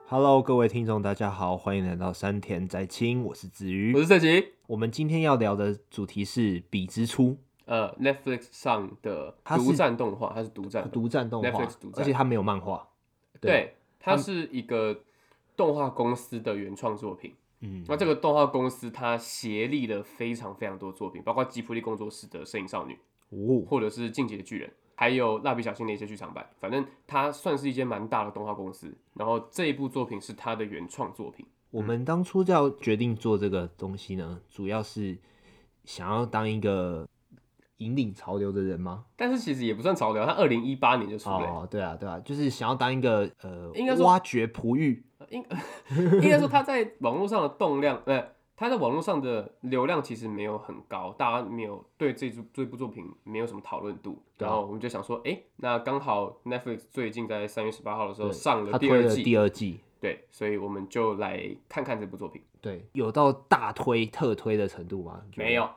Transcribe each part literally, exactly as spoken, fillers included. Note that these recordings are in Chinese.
Hello，各位听众，大家好，欢迎来到山田宅青，我是子瑜， 我是色奇。 我们今天要聊的主题是《彼之初》， 呃，Netflix 上的独占动画，它是独占独占动画 ，Netflix 独占， 而且它没有漫画。 对，它是一个动画公司的原创作品。 嗯， 那这个动画公司它协力了非常非常多作品，包括吉卜力工作室的《摄影少女》 哦， 或者是《进击的巨人》，还有《蜡笔小新》的一些剧场版。反正它算是一间蛮大的动画公司。然后这一部作品是它的原创作品。 我们当初要决定做这个东西呢，主要是想要当一个引领潮流的人吗？ 但是其实也不算潮流，它二零一八年就出了、欸。 哦，对啊，对啊，就是想要当一个呃， 应该说挖掘璞玉， 应应该说他在网络上的动量，呃，他在网络上的流量其实没有很高，大家没有对这部这部作品没有什么讨论度。 对啊然后我们就想说，哎、欸，那刚好 Netflix 最近在三月十八号的时候对上了他推了第二季， 第二季， 对，所以我们就来看看这部作品。 对，有到大推特推的程度吗？ 没有。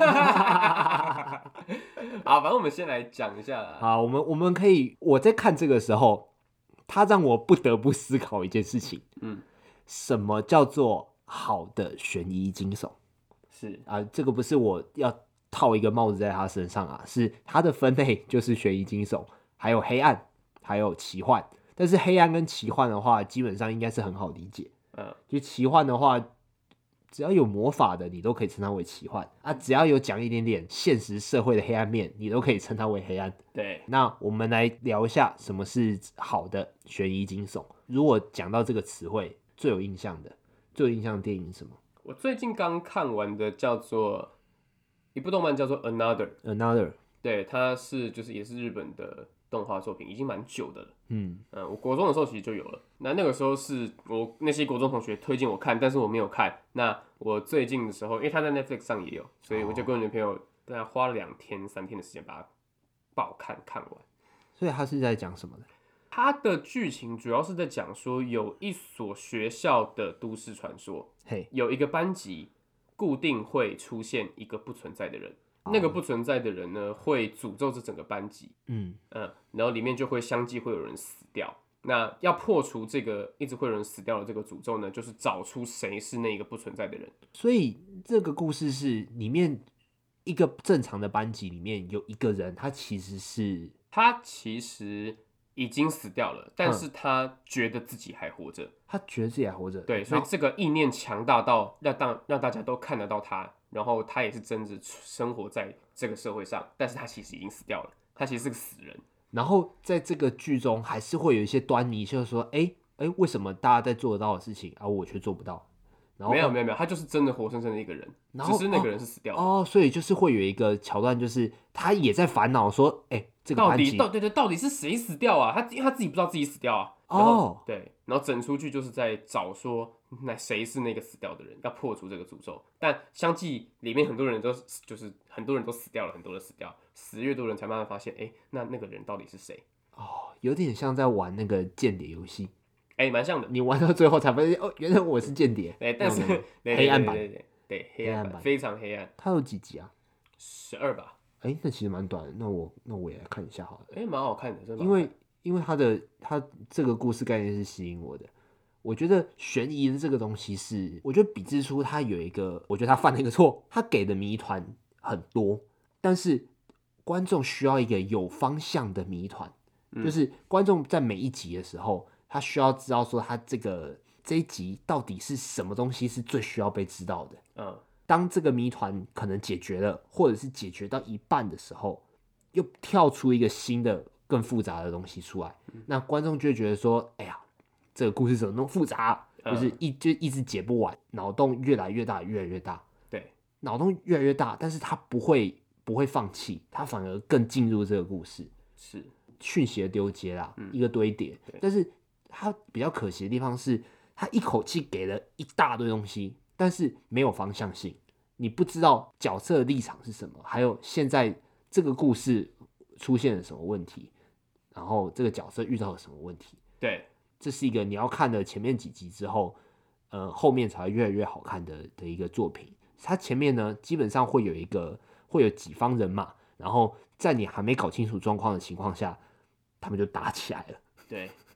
好，反正我们先来讲一下啦。 好，我们我们可以，我在看这个时候，他让我不得不思考一件事情， 嗯， 什么叫做好的悬疑惊悚？ 是啊，这个不是我要套一个帽子在他身上啊，是他的分类就是悬疑惊悚，还有黑暗，还有奇幻。但是黑暗跟奇幻的话，基本上应该是很好理解。 嗯， 就奇幻的话，只要有魔法的，你都可以称它为奇幻啊；只要有讲一点点现实社会的黑暗面，你都可以称它为黑暗。 对。 那我们来聊一下什么是好的悬疑惊悚。如果讲到这个词汇，最有印象的、最有印象的电影是什么我最近刚看完的叫做一部动漫，叫做《Another》。 ？Another， 对，它是就是也是日本的动画作品，已经蛮久的了。 嗯嗯，我国中的时候其实就有了。那那个时候是我那些国中同学推荐我看，但是我没有看。那我最近的时候，因为它在 Netflix 上也有，所以我就跟我女朋友大概花了两天、三天的时间把它爆看看完。 所以他是在讲什么的？ 它的剧情主要是在讲说，有一所学校的都市传说， 嘿， 有一个班级固定会出现一个不存在的人。那个不存在的人呢，会诅咒这整个班级， 嗯嗯，然后里面就会相继会有人死掉。那要破除这个一直会有人死掉的这个诅咒呢，就是找出谁是那个不存在的人。 所以这个故事是里面一个正常的班级里面有一个人，他其实是他其实已经死掉了，但是他觉得自己还活着， 他觉得自己还活着， 对，所以这个意念强大到让大让大家都看得到他，然后他也是真的生活在这个社会上，但是他其实已经死掉了，他其实是个死人。 然后在这个剧中还是会有一些端倪，就是说，哎哎，为什么大家在做得到的事情，而、啊、我却做不到？然后没有没有没有，他就是真的活生生的一个人， 然后只是那个人是死掉的。 哦，所以就是会有一个桥段，就是他也在烦恼说，哎，这个到班级底到对对，到底是谁死掉啊？他因为他自己不知道自己死掉啊。 哦然后对，然后整出剧就是在找说，那谁是那个死掉的人，要破除这个诅咒。但相继里面很多人都就是很多人都死掉了，很多人死掉，死越多人才慢慢发现，哎，那那个人到底是谁？ 哦，有点像在玩那个间谍游戏。 哎，蛮像的。 你玩到最后才发现，哦，原来我是间谍。 对，但是黑暗版， 对对对，黑暗版黑暗版非常黑暗。 它有几集啊？ 十二吧？ 哎，那其实蛮短的。那我那我也来看一下好了。 哎，蛮好看的，真的。 因为因为它的它这个故事概念是吸引我的。我觉得悬疑的这个东西是，我觉得彼之初它有一个，我觉得他犯了一个错，他给的谜团很多，但是观众需要一个有方向的谜团。就是观众在每一集的时候，他需要知道说他这个这一集到底是什么东西是最需要被知道的。 嗯， 当这个谜团可能解决了，或者是解决到一半的时候，又跳出一个新的更复杂的东西出来，嗯、那观众就会觉得说，哎呀，这个故事怎么那么复杂？嗯、就是一就一直解不完，脑洞越来越大，越来越大。 对， 脑洞越来越大，但是他不会不会放弃，他反而更进入这个故事。 是。 讯息的丢接啦，嗯、一个堆叠，但是它比较可惜的地方是，它一口气给了一大堆东西，但是没有方向性，你不知道角色的立场是什么，还有现在这个故事出现了什么问题，然后这个角色遇到了什么问题。 对， 这是一个你要看了前面几集之后，呃，后面才会越来越好看的的一个作品。它前面呢，基本上会有一个会有几方人马，然后在你还没搞清楚状况的情况下，他们就打起来了。 对，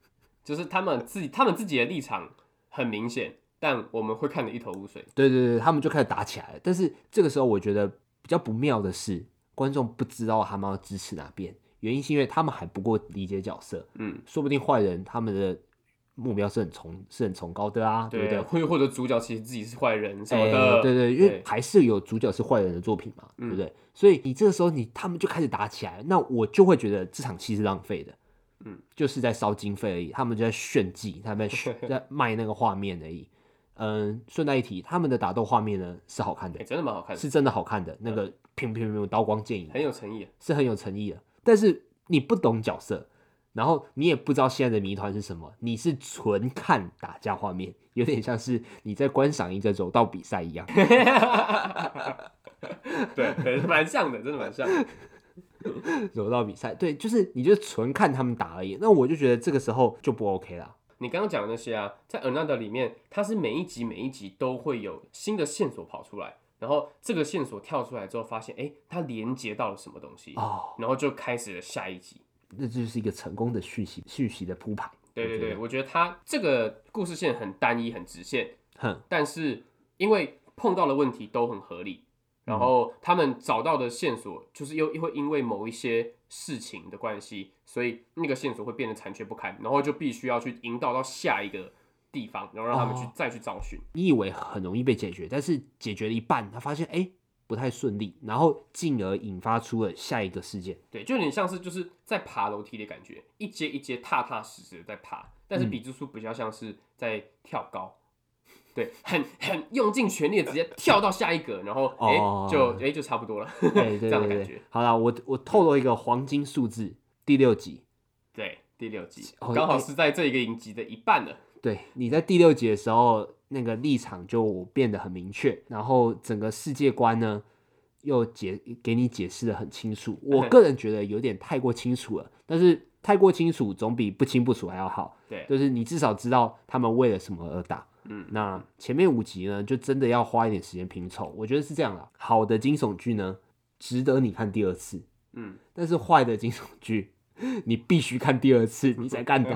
就是他们自己他们自己的立场很明显，但我们会看得一头雾水。 对对对，他们就开始打起来了。但是这个时候，我觉得比较不妙的是，观众不知道他们要支持哪边，原因是因为他们还不够理解角色。嗯，说不定坏人他们的目标是很崇是很崇高的啊，对不对？ 或或者主角其实自己是坏人什么的， 欸、对对，因为还是有主角是坏人的作品嘛，对不对？所以你这个时候你他们就开始打起来，那我就会觉得这场戏是浪费的。嗯，就是在烧经费而已，他们就在炫技，他们在卖那个画面而已。嗯，顺带一提，他们的打斗画面呢是好看的， 欸、真的蛮好看的， 是真的好看的。那个乒乒乒刀光剑影， 很有诚意， 是很有诚意的。但是你不懂角色，然后你也不知道现在的谜团是什么，你是纯看打架画面，有点像是你在观赏一个柔道比赛一样。 对，蛮像的，真的蛮像的。 柔道比赛，对，就是你就纯看他们打而已。那我就觉得这个时候就不 OK 啦。 你刚刚讲的那些啊，在 Another 里面，它是每一集每一集都会有新的线索跑出来，然后这个线索跳出来之后，发现哎，它连接到了什么东西，哦，然后就开始了下一集。 那就是一个成功的续集，续集的铺排。 对对对，我觉得它这个故事线很单一、很直线，但是因为碰到的问题都很合理。然后他们找到的线索，就是又会因为某一些事情的关系，所以那个线索会变得残缺不堪，然后就必须要去引导到下一个地方，然后让他们去、哦、再去找寻。 你以为很容易被解决，但是解决了一半，他发现哎不太顺利，然后进而引发出了下一个事件。 对，就有点像是就是在爬楼梯的感觉，一阶一阶踏踏实实的在爬，但是比之书比较像是在跳高。对，很很用尽全力的直接跳到下一个，然后哎、哦欸、就哎、欸、就差不多了，欸、对对对这样的感觉。 好啦，我我透露一个黄金数字，第六集。 对，第六集刚好是在这一个影集的一半了。 对，你在第六集的时候，那个立场就变得很明确，然后整个世界观呢又解给你解释的很清楚。我个人觉得有点太过清楚了，但是太过清楚总比不清不楚还要好。 对， 就是你至少知道他们为了什么而打。嗯，那前面五集呢，就真的要花一点时间拼凑。我觉得是这样啦，好的惊悚剧呢，值得你看第二次。嗯，但是坏的惊悚剧，你必须看第二次，你才看懂。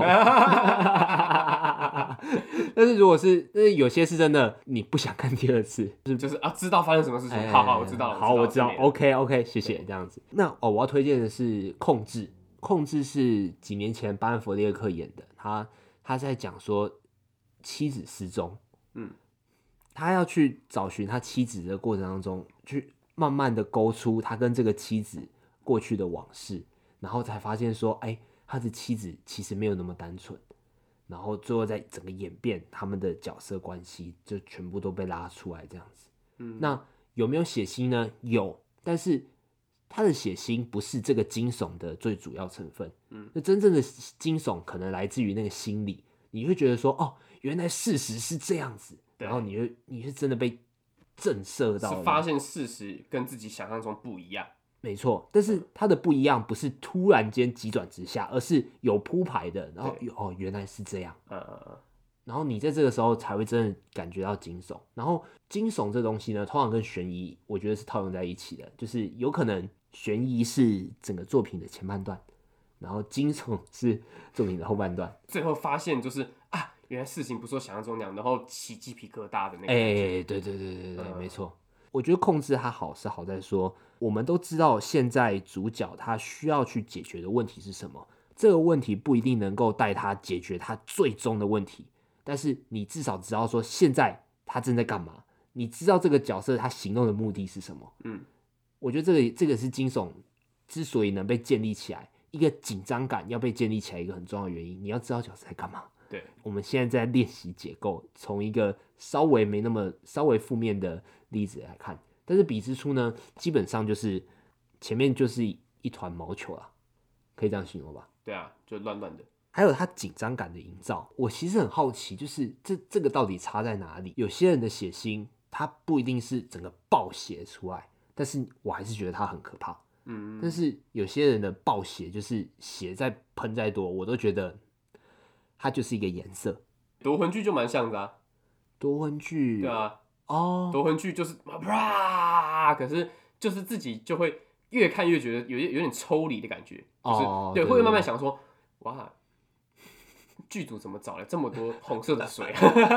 但是如果是，有些是真的，你不想看第二次， 就是就是啊，知道发生什么事情，欸、好好，我知道了， 好，我知道 ，OK OK， 谢谢，这样子。那哦，我要推荐的是《控制》，《控制》是几年前班恩弗列克演的，他他在讲说。妻子失踪，嗯，他要去找寻他妻子的过程当中，去慢慢的勾出他跟这个妻子过去的往事，然后才发现说，哎、欸，他的妻子其实没有那么单纯，然后最后在整个演变他们的角色关系，就全部都被拉出来这样子。嗯，那有没有血腥呢？有，但是他的血腥不是这个惊悚的最主要成分。嗯，那真正的惊悚可能来自于那个心理，你会觉得说，哦。原来事实是这样子，然后你就你是真的被震慑到了， 是发现事实跟自己想象中不一样。 没错，但是它的不一样不是突然间急转直下，而是有铺排的，然后哦原来是这样，呃，然后你在这个时候才会真的感觉到惊悚。然后惊悚这东西呢，通常跟悬疑我觉得是套用在一起的，就是有可能悬疑是整个作品的前半段，然后惊悚是作品的后半段， 最后发现就是啊。原来事情不是我想象中那样，然后起鸡皮疙瘩的那个。 哎、欸，对对对对对，嗯、没错。我觉得控制它好是好在说，我们都知道现在主角他需要去解决的问题是什么，这个问题不一定能够带他解决他最终的问题，但是你至少知道说现在他正在干嘛，你知道这个角色他行动的目的是什么。嗯，我觉得这个这个是惊悚之所以能被建立起来，一个紧张感要被建立起来一个很重要的原因，你要知道角色在干嘛。 对， 我们现在在练习解构，从一个稍微没那么稍微负面的例子来看，但是彼之初呢，基本上就是前面就是一团毛球啦，可以这样形容吧？ 对啊，就乱乱的。 还有它紧张感的营造，我其实很好奇，就是这这个到底差在哪里？有些人的血腥，它不一定是整个爆血出来，但是我还是觉得它很可怕。嗯，但是有些人的爆血，就是血再喷再多，我都觉得。它就是一个颜色， 夺魂剧就蛮像的啊。 夺魂剧， 对啊， 哦， 夺魂剧就是啪，可是就是自己就会越看越觉得有有点抽离的感觉，就是、哦、对，会慢慢想说，哇， 剧组怎么找来这么多红色的水？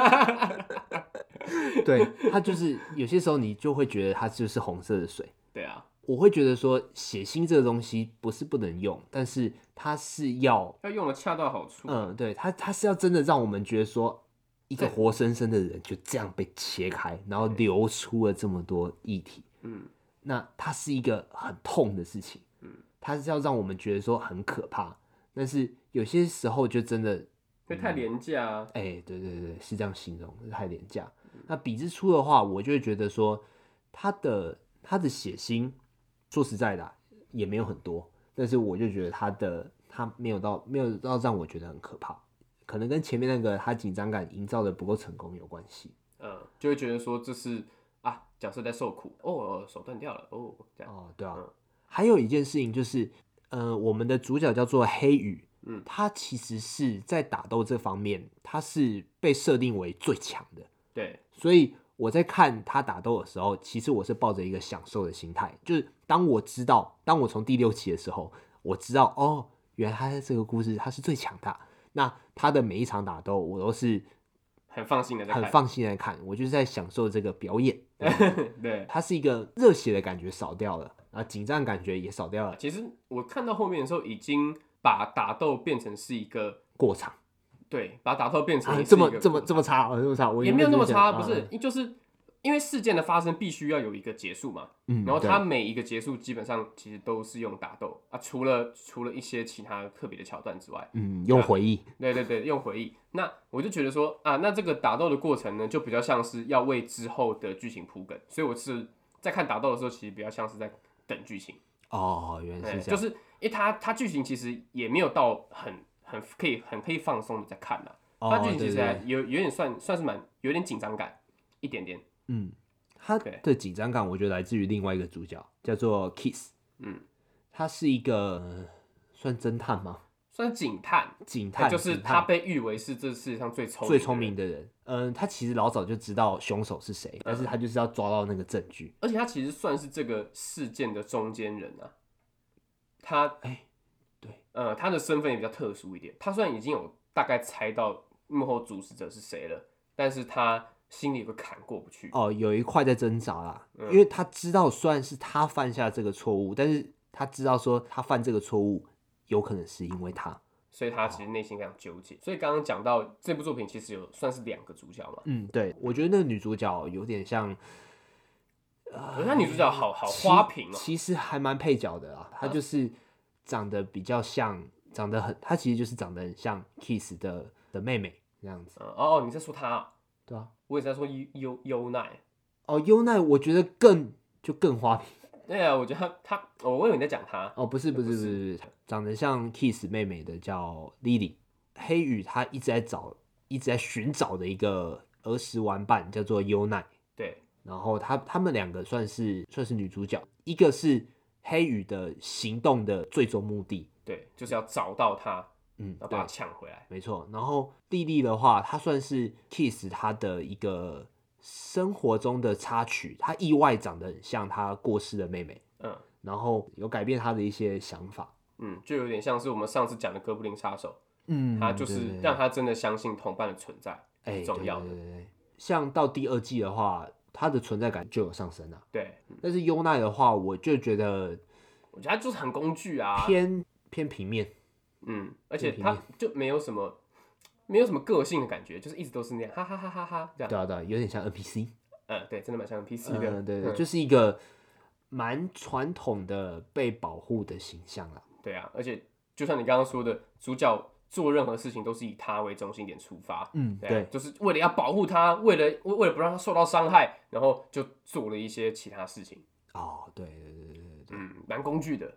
对，它就是有些时候你就会觉得它就是红色的水。 对啊， 我会觉得说血腥这个东西不是不能用，但是它是要， 要用的恰到好处。 嗯，对，它它是要真的让我们觉得说，一个活生生的人就这样被切开，然后流出了这么多液体， 嗯， 那它是一个很痛的事情，嗯，它是要让我们觉得说很可怕，但是有些时候就真的， 会太廉价啊。 哎、欸，对对对，是这样形容，太廉价。那比之初的话，我就会觉得说，它的它的血腥，说实在的、啊，也没有很多，但是我就觉得它的它没有到没有到让我觉得很可怕，可能跟前面那个它紧张感营造的不够成功有关系。 嗯，就会觉得说这是啊角色在受苦，哦手断掉了，哦这样。 哦，对啊。 嗯、 还有一件事情就是，呃，我们的主角叫做黑羽， 嗯， 他其实是在打斗这方面，他是被设定为最强的。 对， 所以我在看他打斗的时候，其实我是抱着一个享受的心态，就是当我知道，当我从第六期的时候，我知道哦，原来他在这个故事他是最强大，那他的每一场打斗我都是很放心的在看， 很放心的看，我就是在享受这个表演。 对， 它是一个热血的感觉少掉了，然后紧张感觉也少掉了。 其实我看到后面的时候，已经把打斗变成是一个过场。 对，把打斗变成、 啊、这么这么这么差，这么差，我也没有那么差， 啊、 不是，就是因为事件的发生必须要有一个结束嘛，嗯，然后它每一个结束基本上其实都是用打斗啊，除了除了一些其他特别的桥段之外， 嗯，用回忆， 对对对，用回忆。那我就觉得说啊，那这个打斗的过程呢，就比较像是要为之后的剧情铺梗，所以我是在看打斗的时候，其实比较像是在等剧情。 哦，原来是这样， 就是因为它它剧情其实也没有到很。很可以很可以放松的在看啦，它剧情其实还有有点算算是蛮有点紧张感，一点点。 嗯，他的紧张感我觉得来自于另外一个主角叫做 Kiss， 嗯，他是一个、呃、算侦探吗？ 算是警探， 警探就是他被誉为是这世界上最聪最聪明的人。嗯、呃，他其实老早就知道凶手是谁，但是他就是要抓到那个证据， 而且他其实算是这个事件的中间人啊。他哎。欸对，呃，他的身份也比较特殊一点。他虽然已经有大概猜到幕后主使者是谁了，但是他心里有个坎过不去。 哦，有一块在挣扎啦，嗯、因为他知道虽然是他犯下这个错误，但是他知道说他犯这个错误有可能是因为他， 所以他其实内心非常纠结。所以刚刚讲到这部作品其实有算是两个主角嘛。 嗯，对，我觉得那个女主角有点像。 我觉得女主角好好花瓶哦、喔， 其实还蛮配角的啊，她就是长得比较像，长得很，她其实就是长得很像 Kiss 的的妹妹这样子。 嗯、哦，你在说她、啊？ 对啊， 我也在说优优奈。 哦，优奈我觉得更就更花瓶。 对啊，我觉得她她，哦，我以为你在讲她。 哦，不是不是不是不是，长得像 Kiss 妹妹的叫 Lily。黑羽他一直在找，一直在寻找的一个儿时玩伴叫做优奈。 对。 然后他他们两个算是算是女主角，一个是黑羽的行动的最终目的， 对，就是要找到他， 嗯， 要把他抢回来， 没错。然后莉莉的话，她算是 Kiss 他的一个生活中的插曲，她意外长得很像她过世的妹妹，嗯，然后有改变她的一些想法， 嗯，就有点像是我们上次讲的哥布林杀手， 嗯， 他就是让他真的相信同伴的存在， 哎， 很重要的。 对对对，像到第二季的话。他的存在感就有上升了， 对。 但是优奈的话，我就觉得， 我觉得他就是很工具啊， 偏偏平面， 嗯，而且他就没有什么没有什么个性的感觉，就是一直都是那样，哈哈哈哈哈这样。 对啊对啊，有点像 N P C， 嗯，对，真的蛮像 N P C 的， 嗯、对对，嗯、就是一个蛮传统的被保护的形象啦。 对啊，而且就像你刚刚说的，主角。做任何事情都是以他为中心点出发， 嗯， 对、啊， 对， 就是为了要保护他，为了为了不让他受到伤害，然后就做了一些其他事情。 哦，对对对对对， 嗯，蛮工具的，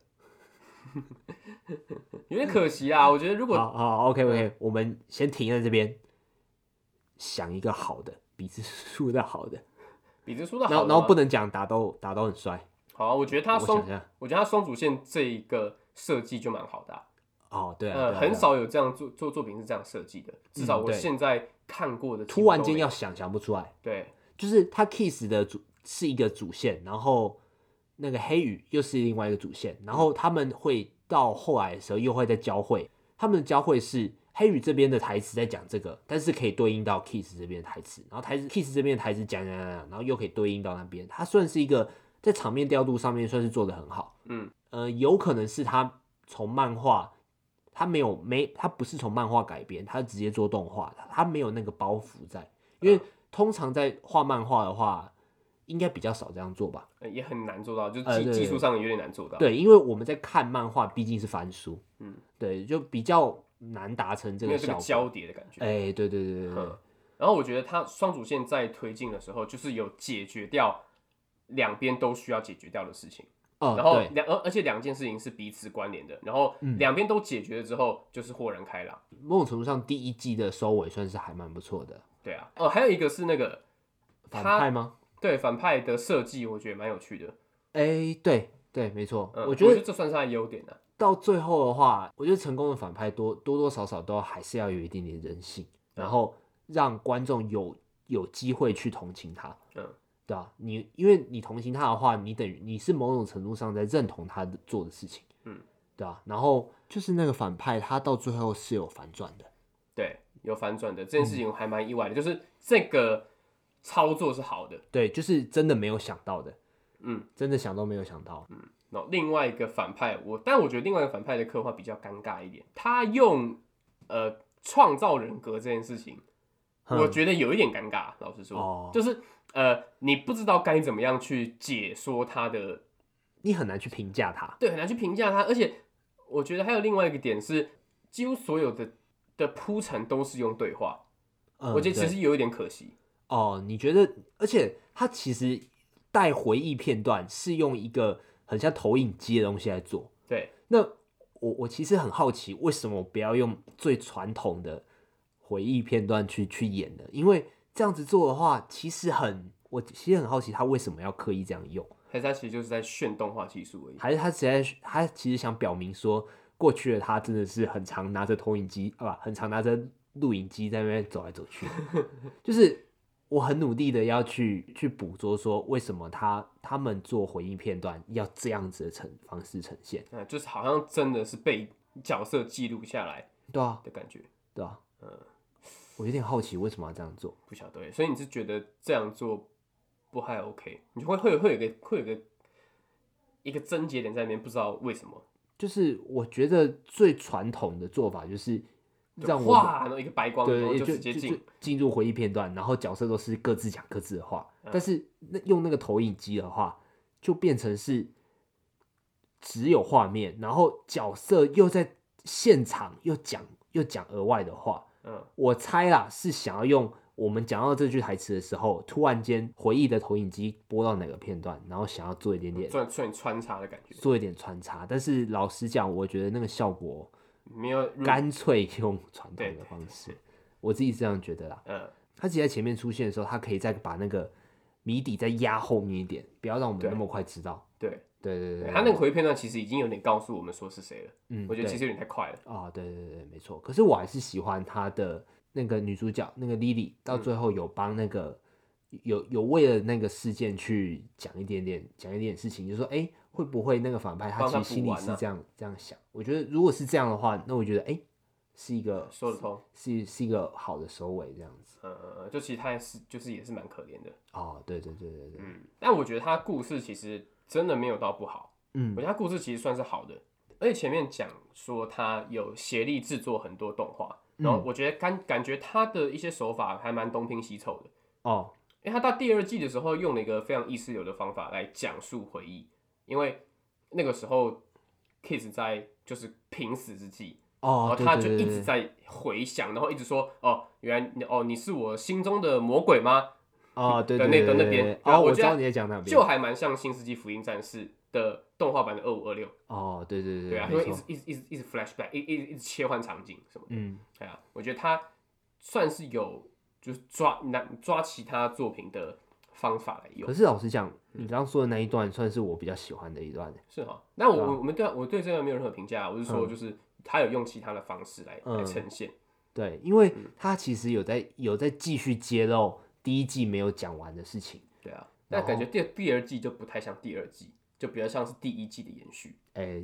有点可惜啊。我觉得如果好好 OK OK，、嗯、我们先停在这边，想一个好的，比之书的好的， 比之书的好的， 然后然后不能讲打斗打斗很帅。 好、啊，我觉得他双， 我, 我觉得他双主线这一个设计就蛮好的、啊。 哦，对啊， 呃， 对啊很少有这样做做作品是这样设计的，至少我现在看过的、嗯， 突然间要想想不出来。 对， 就是他 Kiss 的主是一个主线，然后那个黑羽又是另外一个主线，然后他们会到后来的时候又会再交汇，他们的交汇是 Harry 这边的台词在讲这个，但是可以对应到 Kiss 这边的台词，然后台词 Kiss 这边的台词讲讲讲，然后又可以对应到那边，它算是一个在场面调度上面算是做得很好。 嗯， 呃，有可能是他从漫画，他没有没他不是从漫画改编，他直接做动画，他没有那个包袱在，因为通常在画漫画的话，应该比较少这样做吧。 也很难做到，就是技、 呃、 技术上有点难做到。 对，因为我们在看漫画毕竟是翻书， 嗯， 对，就比较难达成这个效果， 没有这个交叠的感觉。 哎、欸，对对对对对。 然后我觉得它双主线在推进的时候，就是有解决掉两边都需要解决掉的事情。 哦， 然后两而而且两件事情是彼此关联的，然后嗯两边都解决了之后，就是豁然开朗。 某种程度上，第一季的收尾算是还蛮不错的。 对啊，哦，还有一个是那个反派吗？ 对，反派的设计我觉得蛮有趣的。 哎、欸，对对，没错、 嗯， 我觉得这算是他的优点啊。 到最后的话，我觉得成功的反派多多多少少都还是要有一点点人性， 嗯、 然后让观众有有机会去同情他。 嗯。 对啊，你因为你同情他的话，你等于你是某种程度上在认同他的做的事情， 嗯， 对啊。然后就是那个反派，他到最后是有反转的， 对，有反转的这件事情我还蛮意外的，嗯、就是这个操作是好的， 对，就是真的没有想到的， 嗯， 真的想都没有想到， 嗯。然后另外一个反派，我但我觉得另外一个反派的刻画比较尴尬一点，他用呃创造人格这件事情， 嗯、 我觉得有一点尴尬，老实说， 哦、 就是。呃，你不知道该怎么样去解说他的， 你很难去评价他， 对，很难去评价他。而且我觉得还有另外一个点是，几乎所有的的铺陈都是用对话，嗯、我觉得其实有一点可惜。 哦，你觉得？而且他其实带回忆片段是用一个很像投影机的东西来做。 对， 那我我其实很好奇，为什么不要用最传统的回忆片段去去演呢？因为这样子做的话，其实很，我其实很好奇他为什么要刻意这样用， 还是他其实就是在炫动画技术而已， 还是他直接他其实想表明说，过去的他真的是很常拿着投影机啊，很常拿着录影机在那边走来走去，就是我很努力的要去去捕捉说，为什么他他们做回忆片段要这样子的呈方式呈现， 嗯，就是好像真的是被角色记录下来， 对啊的感觉， 对啊， 嗯。 我有点好奇为什么要这样做， 不晓得，所以你是觉得这样做不还 OK？ 你就会会有会有一个会有一个一个症结点在那边，不知道为什么。 就是我觉得最传统的做法就是让我哇，然后一个白光， 对， 然后就直接进进入回忆片段，然后角色都是各自讲各自的话，嗯、但是那用那个投影机的话，就变成是只有画面，然后角色又在现场又讲又讲额外的话。嗯，我猜啦，是想要用我们讲到这句台词的时候，突然间回忆的投影机播到哪个片段，然后想要做一点点做做穿插的感觉， 做一点穿插。但是老实讲，我觉得那个效果没有干脆用传统的方式，我自己是这样觉得啦。嗯，他其实在前面出现的时候，他可以再把那个谜底再压后面一点，不要让我们那么快知道。 对对对 对, 對， 他那个回忆片段其实已经有点告诉我们说是谁了。 嗯， 我觉得其实有点太快了。 啊、哦，对对对，没错。可是我还是喜欢他的那个女主角，那个 Lily， 到最后有帮那个、嗯、有有为了那个事件去讲一点点讲一点点事情，就是说，哎，会不会那个反派他其实心里是这样、啊、这样想？我觉得如果是这样的话，那我觉得哎，是一个说得通， 是是一个好的收尾，这样子。 呃，就其实他也是就是也是蛮可怜的。 哦，对对对对对。 嗯，但我觉得他故事其实真的没有到不好。嗯，我觉得他故事其实算是好的，而且前面讲说他有协力制作很多动画，然后我觉得感感觉他的一些手法还蛮东拼西凑的哦。因为他到第二季的时候用了一个非常意识流的方法来讲述回忆，因为那个时候 Kiss 在就是濒死之际。哦，然后他就一直在回想，然后一直说：“哦，原来哦你是我心中的魔鬼吗？” 哦，对对对对， 的那那边， 哦，我知道你在讲哪边， 就还蛮像《新世纪福音战士》的动画版的二五二六。 哦，对对对， 对啊，因为一直一直一直一直 flashback， 一一直一直切换场景什么的。嗯，对啊，我觉得他算是有就是抓抓其他作品的方法来用。 可是老实讲，你刚刚说的那一段算是我比较喜欢的一段。 是哈，那我、啊、我们对我对这个没有任何评价，我是说就是。嗯他有用其他的方式来、嗯、来呈现， 对，因为他其实有在有在继续揭露第一季没有讲完的事情， 对啊，但感觉第第二季就不太像第二季，就比较像是第一季的延续。 哎、欸，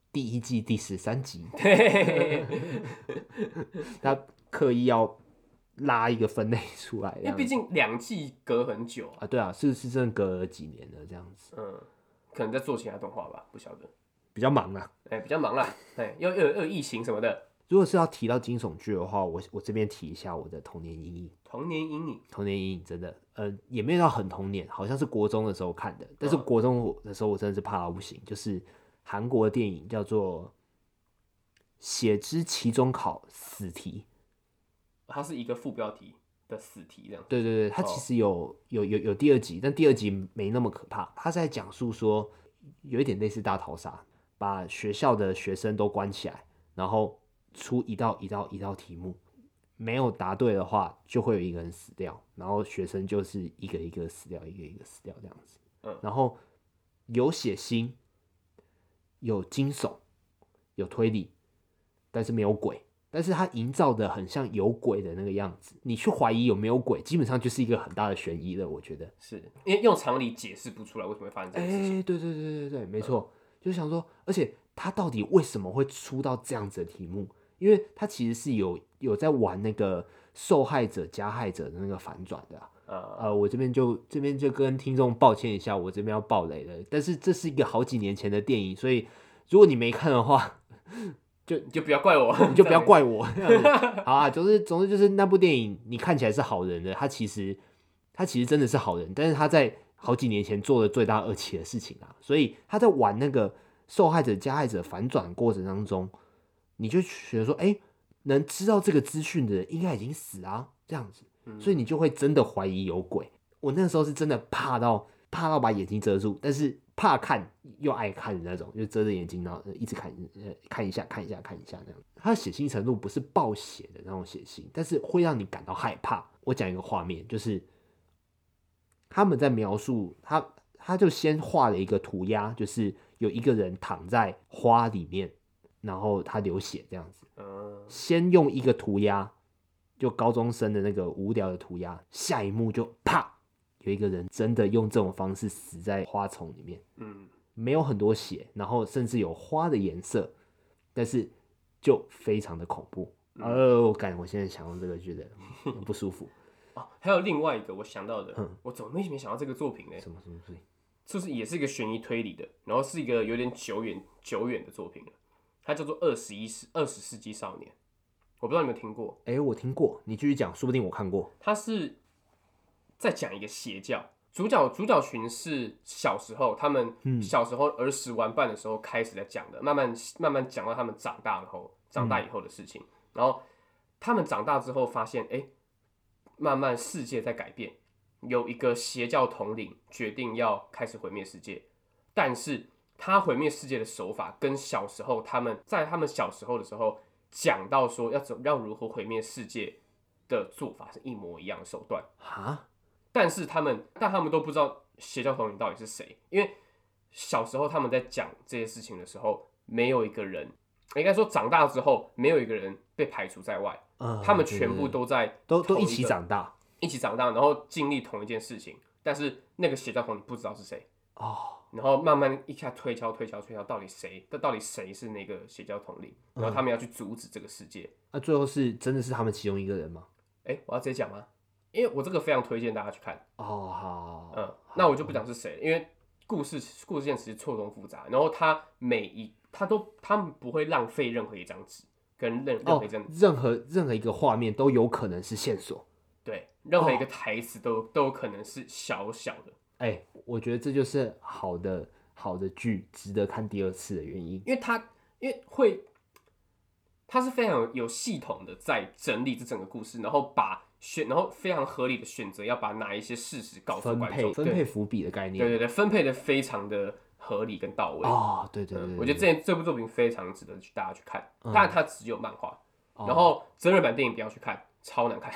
第一季第十三集， 对， 他刻意要拉一个分类出来， 因为毕竟两季隔很久啊。 啊，对啊，是是真的隔了几年了这样子， 嗯，可能在做其他动画吧，不晓得。 比较忙啊。 哎、比较忙啦，哎，又又有又有疫情什么的， 如果是要提到惊悚剧的话，我我这边提一下我的童年阴影。 童年阴影。 童年阴影真的，呃，也没有到很童年，好像是国中的时候看的。但是国中的时候，我真的是怕到不行。就是韩国的电影叫做《血之期中考死题》， 它是一个副标题的死题这样。 对对对，它其实有、有有有第二集，但第二集没那么可怕。它是在讲述说，有一点类似大逃杀，把学校的学生都关起来，然后出一道一道一道题目。没有答对的话，就会有一个人死掉，然后学生就是一个一个死掉，一个一个死掉这样子。 嗯， 然后有血腥，有惊悚，有推理，但是没有鬼。但是它营造的很像有鬼的那个样子，你去怀疑有没有鬼，基本上就是一个很大的悬疑了。我觉得是因为用常理解释不出来为什么会发生这件事情。 哎、对对对对对，没错，嗯、就想说，而且他到底为什么会出到这样子的题目？因为他其实是有有在玩那个受害者加害者的那个反转的、啊。 呃呃，我这边就这边就跟听众抱歉一下，我这边要爆雷了。但是这是一个好几年前的电影，所以如果你没看的话， 就你就不要怪我， 你就不要怪我。好啊，就是总之就是那部电影你看起来是好人的，他其实他其实真的是好人，但是他在好几年前做了罪大恶极的事情啊，所以他在玩那个受害者加害者反转过程当中，你就觉得说，哎、欸，能知道这个资讯的人应该已经死啊，这样子，所以你就会真的怀疑有鬼。我那时候是真的怕到怕到把眼睛遮住，但是怕看又爱看的那种，就遮着眼睛然后一直看，呃，看一下看一下看一下那样。它的血腥程度不是暴血的那种血腥，但是会让你感到害怕。我讲一个画面，就是他们在描述他，他就先画了一个涂鸦，就是有一个人躺在花里面，然后他流血这样子。先用一个涂鸦，就高中生的那个无聊的涂鸦，下一幕就啪，有一个人真的用这种方式死在花丛里面。嗯，没有很多血，然后甚至有花的颜色，但是就非常的恐怖。嗯、呃，我感我现在想到这个觉得很不舒服。 哦，还有另外一个我想到的，嗯、我怎么没没想到这个作品呢？ 什么什么作品？ 就是也是一个悬疑推理的，然后是一个有点久远久远的作品了。它叫做二十一世二十世纪少年，我不知道你有没有听过？ 哎、欸，我听过，你继续讲，说不定我看过。 它是在讲一个邪教，主角主角群是小时候他们小时候儿时玩伴的时候开始在讲的，慢慢慢慢讲到他们长大后长大以后的事情，嗯、然后他们长大之后发现，哎、欸，慢慢世界在改变，有一个邪教统领决定要开始毁灭世界，但是他毁灭世界的手法跟小时候他们在他们小时候的时候讲到说要怎要如何毁灭世界的做法是一模一样的手段哈， 但是他们但他们都不知道邪教统领到底是谁，因为小时候他们在讲这些事情的时候，没有一个人，应该说长大之后没有一个人被排除在外，嗯、他们全部都在都都一起长大， 一起长大，然后经历同一件事情，但是那个邪教统领不知道是谁哦。 然后慢慢一下推敲推敲推敲，到底谁？到底谁是那个邪教统领？然后他们要去阻止这个世界。 那、嗯啊、最后是真的是他们其中一个人吗？ 哎，我要直接讲吗？因为我这个非常推荐大家去看。 哦，好， 嗯，那我就不讲是谁，因为故事故事线其实错综复杂，然后他每一他都他们不会浪费任何一张纸跟任任何一张、哦、 任何任何一个画面都有可能是线索。 对，任何一个台词都、哦、都有可能是小小的。 哎、欸，我觉得这就是好的好的剧值得看第二次的原因， 因为它因为会，它是非常有系统的在整理这整个故事，然后把选，然后非常合理的选择要把哪一些事实告诉观众， 分配伏笔的概念， 对对对，分配的非常的合理跟到位。 哦，对 对, 对, 对, 对、嗯， 我觉得这这部作品非常值得去大家去看，当然它只有漫画、嗯，然后真人版电影不要去看，超难看。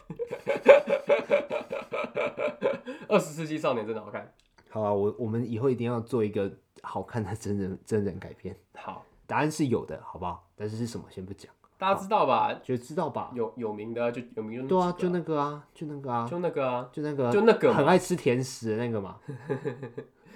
二十世纪少年真的好看。 好啊，我我们以后一定要做一个好看的真人真人改编。 好， 答案是有的，好不好？但是是什么先不讲。 大家知道吧？ 就知道吧？ 有有名的就有名的、啊。 对啊，就那个啊，就那个啊， 就那个啊， 就那个， 就那个， 很爱吃甜食的那个嘛。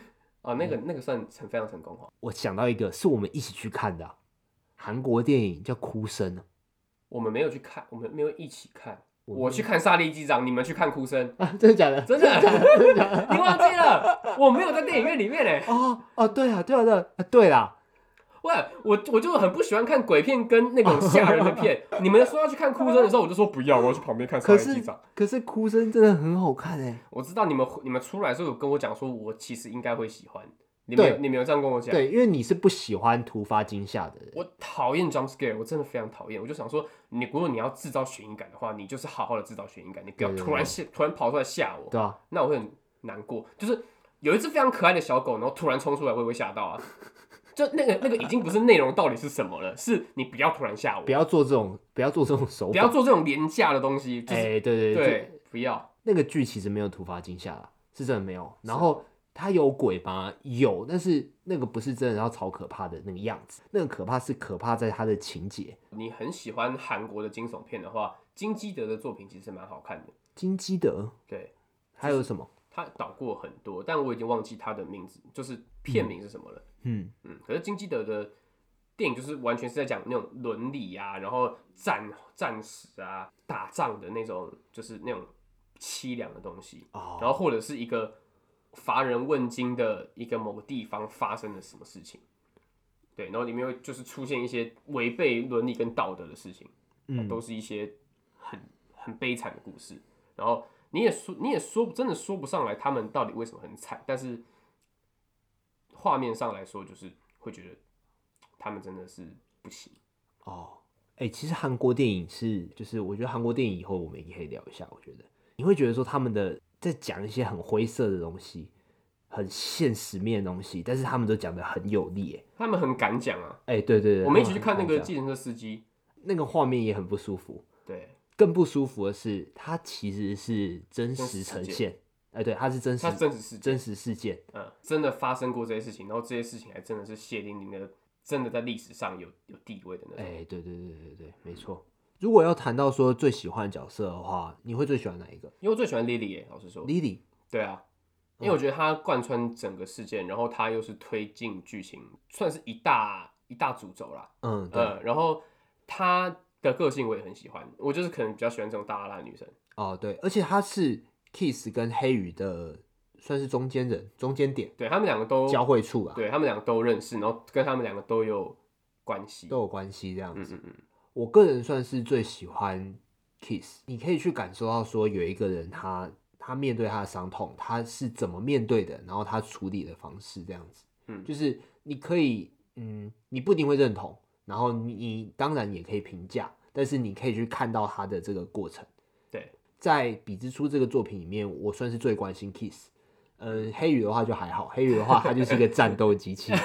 哦，那个那个算成非常成功哈。 我想到一个是我们一起去看的、啊、韩国电影叫《哭声》， 我们没有去看，我们没有一起看。我去看《萨利机长》，你们去看《哭声》 啊？真的假的？ 真的，真的假的？你忘记了？我没有在电影院里面嘞。 哦哦，对啊，对啊，对啊，对啦。 喂，我我就很不喜欢看鬼片跟那种吓人的片。你们说要去看哭声的时候，我就说不要，我要去旁边看《萨利机长》。 可是哭声真的很好看哎。 我知道你们你们出来的时候有跟我讲说，我其实应该会喜欢。你们有你们有这样跟我讲？ 对，因为你是不喜欢突发惊吓的人。 我讨厌 jump scare， 我真的非常讨厌。我就想说，你如果你要制造悬疑感的话，你就是好好的制造悬疑感，你不要突然吓突然跑出来吓我。 对啊， 那我会很难过。就是有一只非常可爱的小狗，然后突然冲出来，我也会吓到啊。就那个那个已经不是内容到底是什么了，是你不要突然吓我， 不要做这种不要做这种手法， 不要做这种廉价的东西。哎、 欸，对对对, 对，不要。 那个剧其实没有突发惊吓啦，是真的没有。然后它有鬼吗？有，但是那个不是真的要超可怕的那个样子，那个可怕是可怕在它的情节。 你很喜欢韩国的惊悚片的话，金基德的作品其实蛮好看的。 金基德， 对， 还有什么？ 他导过很多，但我已经忘记他的名字，就是片名是什么了。嗯嗯，可是金基德的电影就是完全是在讲那种伦理啊，然后战战史啊、打仗的那种，就是那种凄凉的东西。哦、然后或者是一个乏人问津的一个某个地方发生了什么事情，对，然后里面会就是出现一些违背伦理跟道德的事情，嗯，都是一些很很悲惨的故事，然后。你也说，你也说，真的说不上来他们到底为什么很惨，但是画面上来说，就是会觉得他们真的是不行哦。哎、欸，其实韩国电影是，就是我觉得韩国电影以后我们也可以聊一下。我觉得你会觉得说他们的在讲一些很灰色的东西，很现实面的东西，但是他们都讲得很有力，哎， 他们很敢讲啊。 哎、欸，对对对， 我们一起去看那个计程车司机， 那个画面也很不舒服。 对。 更不舒服的是，它其实是真实呈现，哎、欸，对，它是真实， 它是真实事件， 真实事件， 嗯，真的发生过这些事情，然后这些事情还真的是血淋淋的，真的在历史上有有地位的那种。 哎、欸，对对对对对，没错。如果要谈到说最喜欢的角色的话，你会最喜欢哪一个？ 因为我最喜欢 Lily 耶，老实说 ，Lily， 对啊，因为我觉得她贯穿整个事件，然后她又是推进剧情，算是一大一大主轴啦。嗯，对，呃、然后她的个性我也很喜欢，我就是可能比较喜欢这种大拉拉的女生。 哦，对，而且她是 Kiss 跟黑羽的算是中间人、中间点， 对他们两个都交汇处啊， 对他们两个都认识，然后跟他们两个都有关系， 都有关系这样子。嗯嗯嗯。我个人算是最喜欢 Kiss， 你可以去感受到说有一个人他他面对他的伤痛，他是怎么面对的，然后他处理的方式这样子。嗯，就是你可以，嗯，你不一定会认同。然后你你当然也可以评价，但是你可以去看到他的这个过程。 对， 在《彼之初》这个作品里面，我算是最关心 Kiss。呃，黑羽的话就还好，黑羽的话他就是一个战斗机器，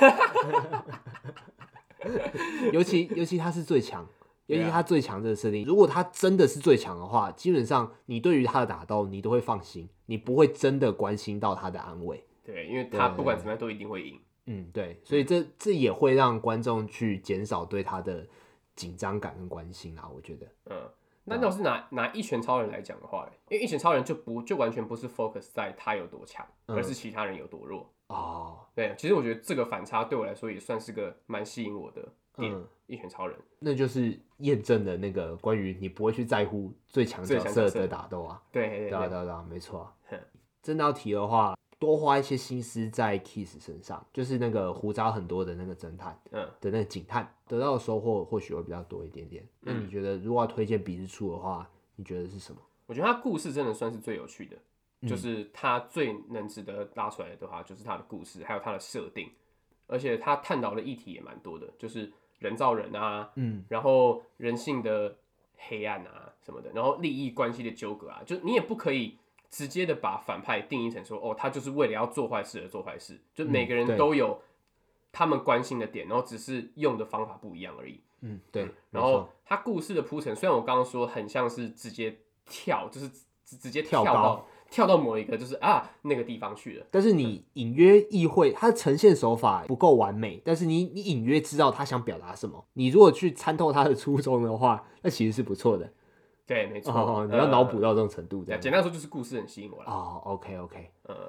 尤其尤其他是最强，尤其他最强这个设定，如果他真的是最强的话，基本上你对于他的打斗你都会放心，你不会真的关心到他的安危。 对，因为他不管怎么样都一定会赢。 嗯，对，所以这这也会让观众去减少对他的紧张感跟关心啊，我觉得。 嗯，那要是拿拿一拳超人来讲的话，因为一拳超人就不就完全不是 focus 在他有多强，嗯、而是其他人有多弱。哦，对，其实我觉得这个反差对我来说也算是个蛮吸引我的点。嗯、一拳超人， 那就是验证了那个关于你不会去在乎最强角色的打斗啊。 对对对对对对，没错、啊。真的要提的话。多花一些心思在 Kiss 身上，就是那个胡渣很多的那个侦探，嗯，的那个警探，得到的收获或许会比较多一点点。那你觉得如果要推荐《彼之初》的话，你觉得是什么？ 我觉得他故事真的算是最有趣的，嗯、就是他最能值得拉出来的话，就是他的故事，还有他的设定，而且他探讨的议题也蛮多的，就是人造人啊，嗯，然后人性的黑暗啊什么的，然后利益关系的纠葛啊，就你也不可以。直接的把反派定义成说，哦，他就是为了要做坏事而做坏事，就每个人都有他们关心的点，然后只是用的方法不一样而已。嗯，对。嗯、然后他故事的铺陈，虽然我刚刚说很像是直接跳，就是直接跳到跳到某一个就是啊那个地方去了， 但是你隐约意会他的呈现手法不够完美，但是你你隐约知道他想表达什么。你如果去参透他的初衷的话，那其实是不错的。 对，没错、 哦，你要脑补到这种程度，这样、 呃。简单说就是故事很吸引我了。 哦 ，OK OK， 嗯嗯，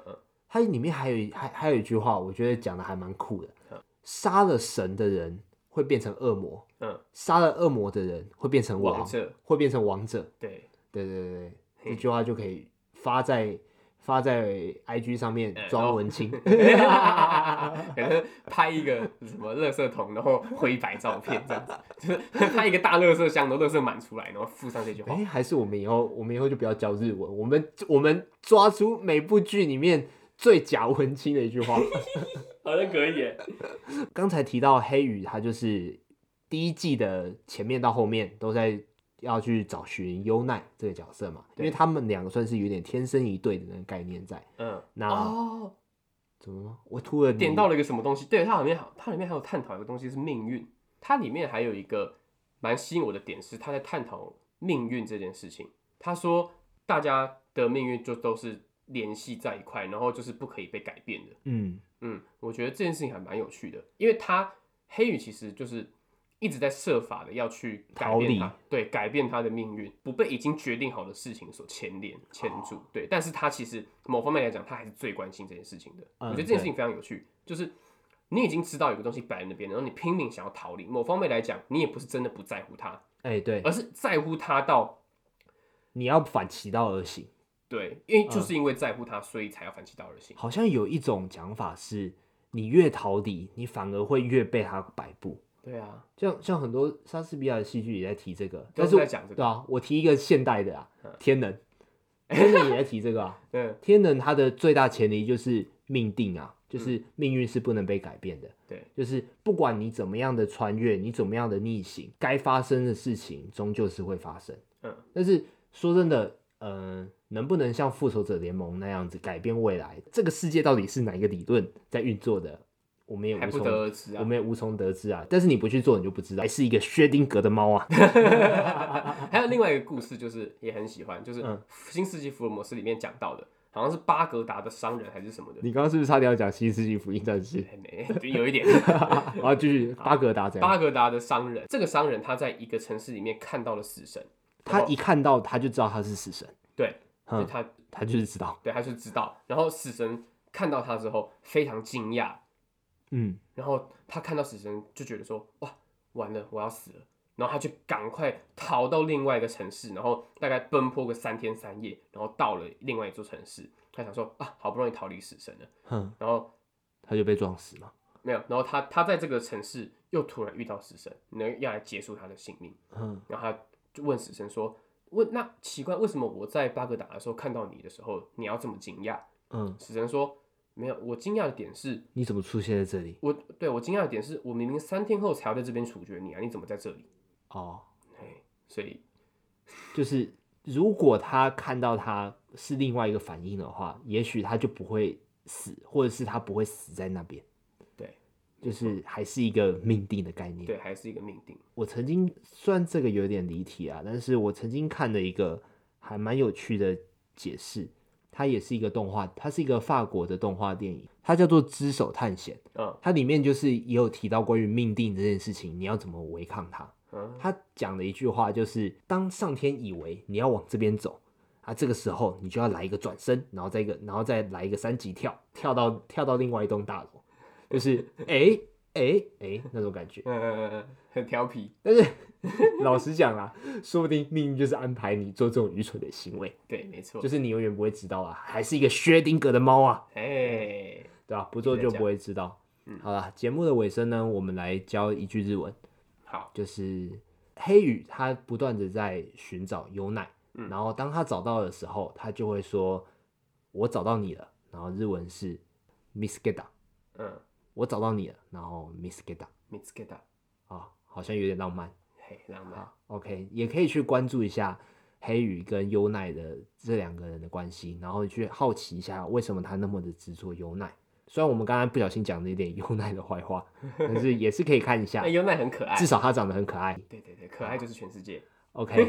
它里面还有还还有一句话，我觉得讲的还蛮酷的。 嗯杀了神的人会变成恶魔， 嗯， 杀了恶魔的人会变成王， 王者， 会变成王者。 对， 对对对对， 嘿这句话就可以发在发在 I G 上面嗯装文青。 可能拍一个什么垃圾桶，然后灰白照片这样子，就是拍一个大垃圾箱，然后垃圾满出来，然后附上这句话。 哎、还是我们以后我们以后就不要教日文，我们我们抓出每部剧里面最假文青的一句话。 好像可以耶。 刚才提到黑羽，他就是第一季的前面到后面都在要去找寻优奈这个角色嘛，因为他们两个算是有点天生一对的那个概念在。 嗯， 那、 哦， 怎么了？我突然点到了一个什么东西？对，它里面好，它里面还有探讨一个东西是命运。它里面还有一个蛮吸引我的点是，他在探讨命运这件事情。他说，大家的命运就都是联系在一块，然后就是不可以被改变的。 嗯嗯，我觉得这件事情还蛮有趣的，因为他黑羽其实就是一直在设法的要去改变他，对，改变他的命运，不被已经决定好的事情所牵连、牵住。哦、对，但是他其实某方面来讲，他还是最关心这件事情的。嗯、我觉得这件事情非常有趣，就是你已经知道有个东西摆在那边，然后你拼命想要逃离。某方面来讲，你也不是真的不在乎他， 哎、欸、对， 而是在乎他到你要反其道而行。 对，因为就是因为在乎他，所以才要反其道而行。 好像有一种讲法是，你越逃离，你反而会越被他摆布。 对啊， 像像很多莎士比亚的戏剧也在提这个， 都是在讲这个。 对啊，我提一个现代的啊，天能，天能也在提这个啊。 嗯， 天能它的最大前提就是命定啊，就是命运是不能被改变的。 对， 就是不管你怎么样的穿越，你怎么样的逆行，该发生的事情终究是会发生。 嗯， 但是说真的。呃，能不能像复仇者联盟那样子改变未来？这个世界到底是哪一个理论在运作的？我们也无从还不得而知啊， 我们也无从得知啊。但是你不去做，你就不知道，还是一个薛丁格的猫啊。 还有另外一个故事，就是也很喜欢，就是《新世纪福尔摩斯》里面讲到的，好像是巴格达的商人还是什么的。 你刚刚是不是差点要讲《新世纪福音战士》？ 没，有一点。 然后继续巴格达怎样？ 巴格达的商人，这个商人他在一个城市里面看到了死神。 他一看到他就知道他是死神， 对， 嗯、 他他就是知道， 对，他就知道。然后死神看到他之后非常惊讶， 嗯， 然后他看到死神就觉得说，哇，完了，我要死了。然后他就赶快逃到另外一个城市，然后大概奔波个三天三夜，然后到了另外一座城市。他想说啊，好不容易逃离死神了， 嗯， 然后他就被撞死嘛？ 没有，然后他他在这个城市又突然遇到死神，然后要来结束他的性命， 嗯， 然后他就问死神说：“问那奇怪，为什么我在巴格达的时候看到你的时候，你要这么惊讶？” 嗯， 死神说：“没有，我惊讶的点是， 你怎么出现在这里？ 我对我惊讶的点是我明明三天后才要在这边处决你啊，你怎么在这里？” 哦， 嘿，所以就是如果他看到他是另外一个反应的话，也许他就不会死，或者是他不会死在那边。 对， 就是还是一个命定的概念。 对，还是一个命定。 我曾经虽然这个有点离题啊，但是我曾经看了一个还蛮有趣的解释，它也是一个动画，它是一个法国的动画电影，它叫做《只手探险》。 嗯， 它里面就是也有提到关于命定这件事情，你要怎么违抗它。 嗯， 他讲的一句话就是：当上天以为你要往这边走啊，这个时候你就要来一个转身，然后再一个，然后再来一个三级跳，跳到跳到另外一栋大楼，就是哎哎哎那种感觉。 嗯嗯嗯，很调皮。 但是老实讲啦，说不定命运就是安排你做这种愚蠢的行为。 对，没错， 就是你永远不会知道啊，还是一个薛丁格的猫啊， 哎， 对吧？不做就不会知道。嗯，好了，节目的尾声呢，我们来教一句日文。 好， 就是黑羽他不断的在寻找优奈，嗯，然后当他找到的时候，他就会说：“我找到你了。”然后日文是 “misgeta”， 嗯，我找到你了，然后 “misgeta”，“misgeta” 啊，好像有点浪漫， 嘿，浪漫。 OK， 也可以去关注一下黑羽跟优奈的这两个人的关系，然后去好奇一下为什么他那么的执着优奈。虽然我们刚刚不小心讲了一点优奈的坏话，但是也是可以看一下。 优奈很可爱， 至少他长得很可爱。 对对对，可爱就是全世界。 OK，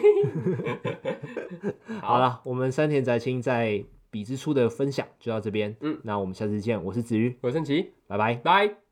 好了，我们山田宅青在笔之初的分享就到这边。嗯，那我们下次见，我是子瑜， 我是陈奇， 拜拜， 拜。